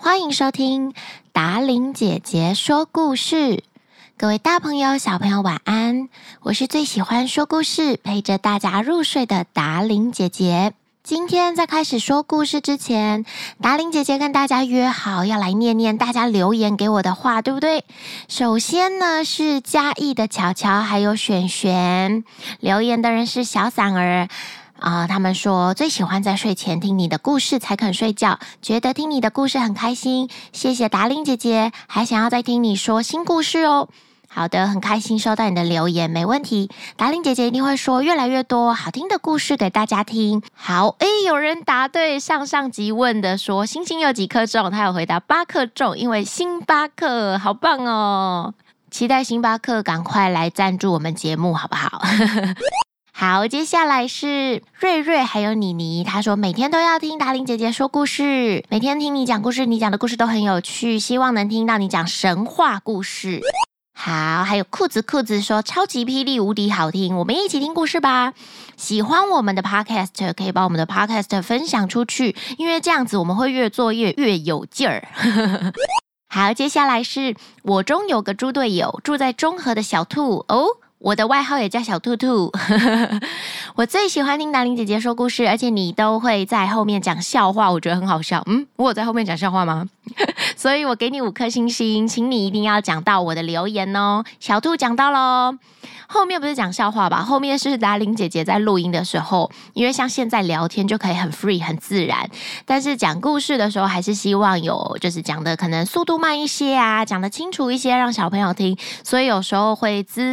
欢迎收听达伶姐姐说故事。各位大朋友小朋友晚安，我是最喜欢说故事陪着大家入睡的达伶姐姐。今天在开始说故事之前，达伶姐姐跟大家约好要来念念大家留言给我的话，对不对？首先呢是嘉义的巧巧还有璇璇，留言的人是小伞儿他们说最喜欢在睡前听你的故事才肯睡觉，觉得听你的故事很开心，谢谢达伶姐姐，还想要再听你说新故事哦。好的，很开心收到你的留言，没问题。达伶姐姐一定会说越来越多好听的故事给大家听。好，有人答对上集问的说星星有几颗重，他有回答8颗重，因为星巴克，好棒哦！期待星巴克赶快来赞助我们节目，好不好？好，接下来是瑞瑞还有妮妮，他说每天都要听达伶姐姐说故事，每天听你讲故事，你讲的故事都很有趣，希望能听到你讲神话故事。好，还有裤子说超级霹雳无敌好听，我们一起听故事吧。喜欢我们的 podcast 可以把我们的 podcast 分享出去，因为这样子我们会越做越有劲儿。好，接下来是我中有个猪队友，住在中和的小兔哦，我的外号也叫小兔兔。我最喜欢听达伶姐姐说故事，而且你都会在后面讲笑话，我觉得很好笑。我有在后面讲笑话吗？所以我给你5颗星星，请你一定要讲到我的留言哦。小兔讲到咯，后面不是讲笑话吧？后面是达伶姐姐在录音的时候，因为像现在聊天就可以很 free 很自然，但是讲故事的时候还是希望有就是讲的可能速度慢一些啊，讲的清楚一些让小朋友听，所以有时候会滋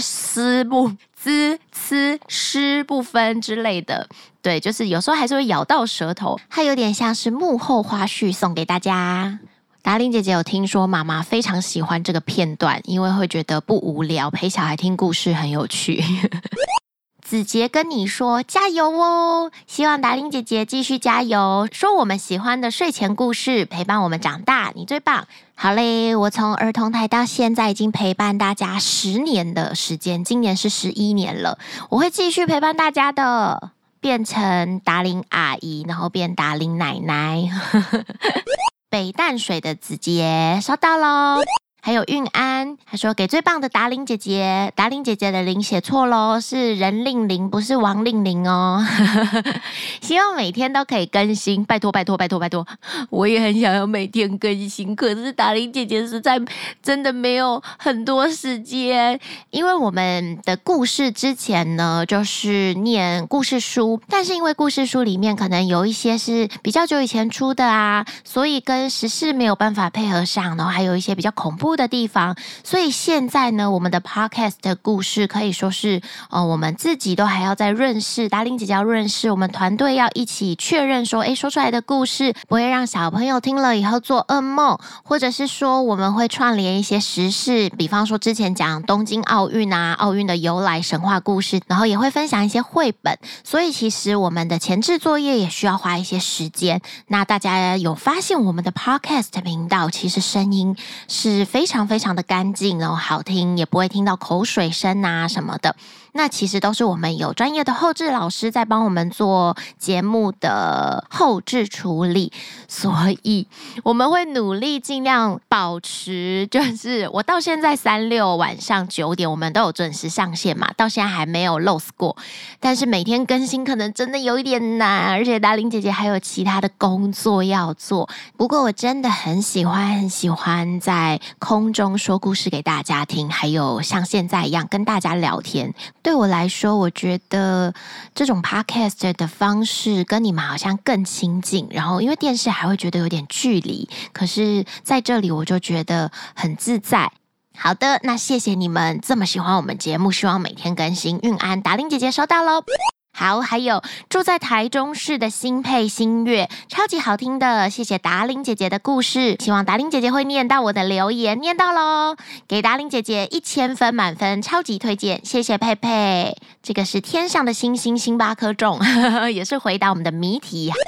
诗不分之类的，对，就是有时候还是会咬到舌头，还有点像是幕后花絮送给大家。达伶姐姐有听说妈妈非常喜欢这个片段，因为会觉得不无聊，陪小孩听故事很有趣。子杰跟你说加油哦，希望达伶姐姐继续加油，说我们喜欢的睡前故事，陪伴我们长大，你最棒。好嘞，我从儿童台到现在已经陪伴大家10年的时间，今年是11年了，我会继续陪伴大家的，变成达伶阿姨，然后变达伶奶奶。北淡水的子杰收到咯，还有运安，他说给最棒的达伶姐姐，达伶姐姐的伶写错咯，是人令伶，不是王令伶哦。希望每天都可以更新，拜托，我也很想要每天更新，可是达伶姐姐实在真的没有很多时间，因为我们的故事之前呢就是念故事书，但是因为故事书里面可能有一些是比较久以前出的啊，所以跟时事没有办法配合上，然后还有一些比较恐怖的地方，所以现在呢我们的 podcast 的故事可以说是我们自己都还要再润饰，达伶姐姐要润饰，我们团队要一起确认说说出来的故事不会让小朋友听了以后做噩梦，或者是说我们会串联一些时事，比方说之前讲东京奥运啊，奥运的由来神话故事，然后也会分享一些绘本，所以其实我们的前置作业也需要花一些时间。那大家有发现我们的 podcast 频道其实声音是非常非常的干净，然后好听，也不会听到口水声啊什么的，那其实都是我们有专业的后制老师在帮我们做节目的后制处理，所以我们会努力尽量保持，就是我到现在3、6晚上9点我们都有准时上线嘛，到现在还没有 lose 过，但是每天更新可能真的有一点难，而且达伶姐姐还有其他的工作要做，不过我真的很喜欢在空中说故事给大家听，还有像现在一样跟大家聊天。对我来说，我觉得这种 podcast 的方式跟你们好像更亲近，然后因为电视还会觉得有点距离，可是在这里我就觉得很自在。好的，那谢谢你们这么喜欢我们节目，希望每天更新。运安，达伶姐姐收到咯。好，还有住在台中市的新配新月，超级好听的，谢谢达伶姐姐的故事，希望达伶姐姐会念到我的留言，念到咯，给达伶姐姐1000分满分，超级推荐，谢谢佩佩。这个是天上的星星，星8颗重，也是回答我们的谜题。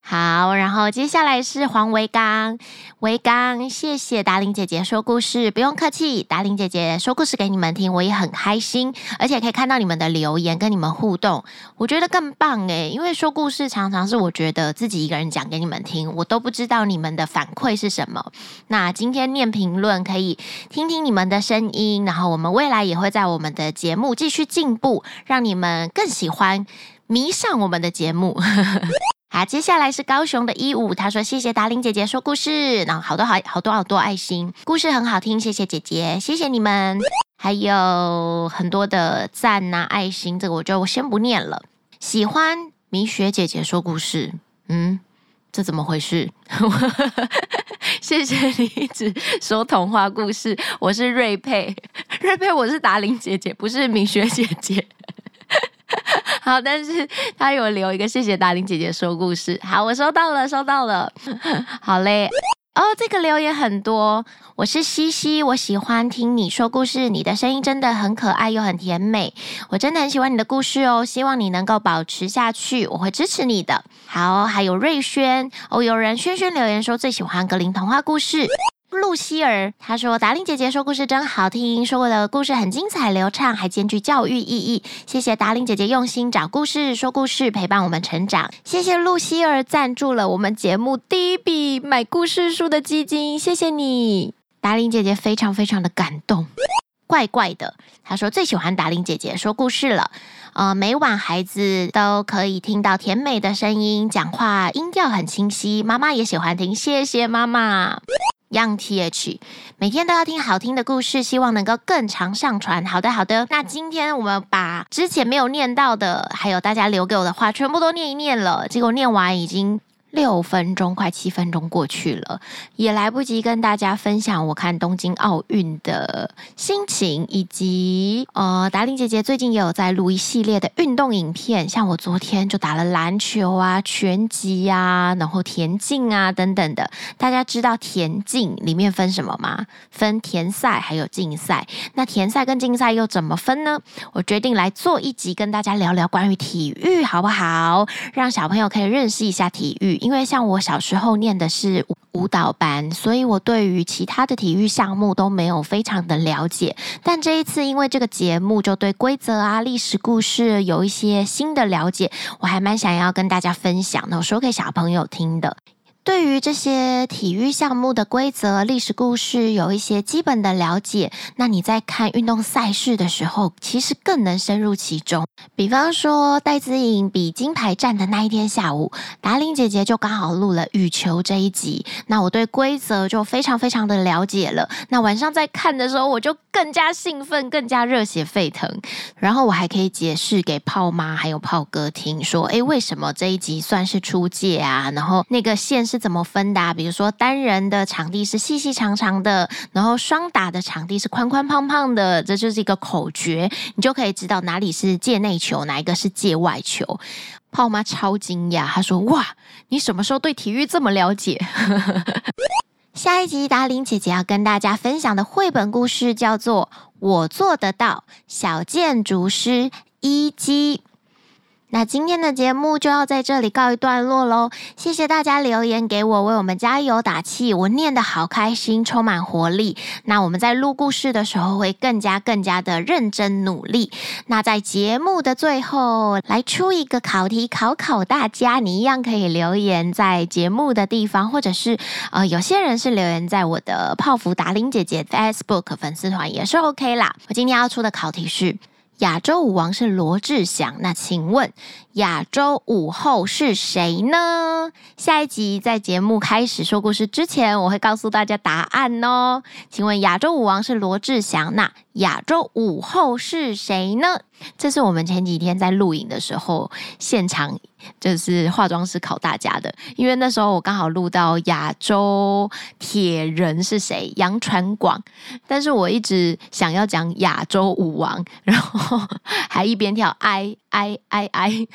好，然后接下来是黄维刚，谢谢达伶姐姐说故事，不用客气，达伶姐姐说故事给你们听，我也很开心，而且可以看到你们的留言，跟你们互动，我觉得更棒耶，因为说故事常常是我觉得自己一个人讲给你们听，我都不知道你们的反馈是什么。那今天念评论可以听听你们的声音，然后我们未来也会在我们的节目继续进步，让你们更喜欢迷上我们的节目。好，接下来是高雄的15，他说谢谢达伶姐姐说故事，然后好多爱心，故事很好听，谢谢姐姐，谢谢你们，还有很多的赞啊爱心，这个我就先不念了。喜欢米雪姐姐说故事，这怎么回事？谢谢你一直说童话故事，我是瑞佩，我是达伶姐姐，不是米雪姐姐。好，但是他有留一个谢谢达伶姐姐说故事。好，我收到了。好嘞。这个留言很多。我是西西，我喜欢听你说故事，你的声音真的很可爱又很甜美，我真的很喜欢你的故事哦，希望你能够保持下去，我会支持你的。好，还有瑞轩有人轩留言说最喜欢格林童话故事。露西儿她说达伶姐姐说故事真好听，说过的故事很精彩流畅，还兼具教育意义，谢谢达伶姐姐用心找故事说故事，陪伴我们成长。谢谢露西儿赞助了我们节目第一笔买故事书的基金，谢谢你，达伶姐姐非常的感动。怪怪的她说最喜欢达伶姐姐说故事了，每晚孩子都可以听到甜美的声音，讲话音调很清晰，妈妈也喜欢听，谢谢妈妈。Young TH 每天都要听好听的故事，希望能够更常上传。好的，那今天我们把之前没有念到的，还有大家留给我的话全部都念一念了，结果念完已经6分钟快7分钟过去了，也来不及跟大家分享我看东京奥运的心情，以及达伶姐姐最近也有在录一系列的运动影片，像我昨天就打了篮球啊、拳击啊，然后田径啊等等的。大家知道田径里面分什么吗？分田赛还有竞赛。那田赛跟竞赛又怎么分呢？我决定来做一集跟大家聊聊关于体育好不好？让小朋友可以认识一下体育。因为像我小时候念的是舞蹈班，所以我对于其他的体育项目都没有非常的了解。但这一次因为这个节目，就对规则啊、历史故事有一些新的了解，我还蛮想要跟大家分享的，我说给小朋友听的。对于这些体育项目的规则、历史故事有一些基本的了解，那你在看运动赛事的时候，其实更能深入其中。比方说戴资颖比金牌战的那一天下午，达伶姐姐就刚好录了羽球这一集，那我对规则就非常的了解了。那晚上在看的时候，我就更加兴奋，更加热血沸腾。然后我还可以解释给炮妈还有炮哥听，说为什么这一集算是出界啊？然后那个线是怎么分的啊？比如说单人的场地是细细长长的，然后双打的场地是宽宽胖胖的，这就是一个口诀，你就可以知道哪里是界内球，哪一个是界外球。炮妈超惊讶，她说哇，你什么时候对体育这么了解？下一集达伶姐姐要跟大家分享的绘本故事叫做我做得到，小建筑师一基。那今天的节目就要在这里告一段落咯，谢谢大家留言给我，为我们加油打气，我念得好开心，充满活力。那我们在录故事的时候会更加的认真努力。那在节目的最后来出一个考题考大家，你一样可以留言在节目的地方，或者是有些人是留言在我的泡芙达伶姐姐 Facebook 粉丝团也是 OK 啦。我今天要出的考题是亚洲舞王是罗志祥，那请问亚洲舞后是谁呢？下一集在节目开始说故事之前，我会告诉大家答案哦。请问亚洲舞王是罗志祥，那亚洲舞后是谁呢？这是我们前几天在录影的时候现场就是化妆师考大家的，因为那时候我刚好录到亚洲铁人是谁，杨传广，但是我一直想要讲亚洲舞王，然后还一边跳哎，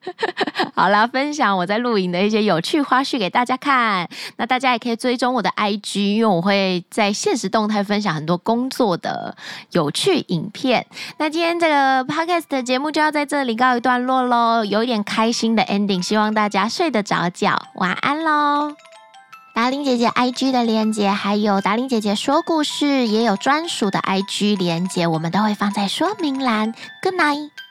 好啦，分享我在露营的一些有趣花絮给大家看。那大家也可以追踪我的 IG， 因为我会在限时动态分享很多工作的有趣影片。那今天这个 Podcast 的节目就要在这里告一段落咯，有一点开心的 ending， 希望大家睡得着觉，晚安咯。达伶姐姐 IG 的连结，还有达伶姐姐说故事也有专属的 IG 连结，我们都会放在说明栏。Good night。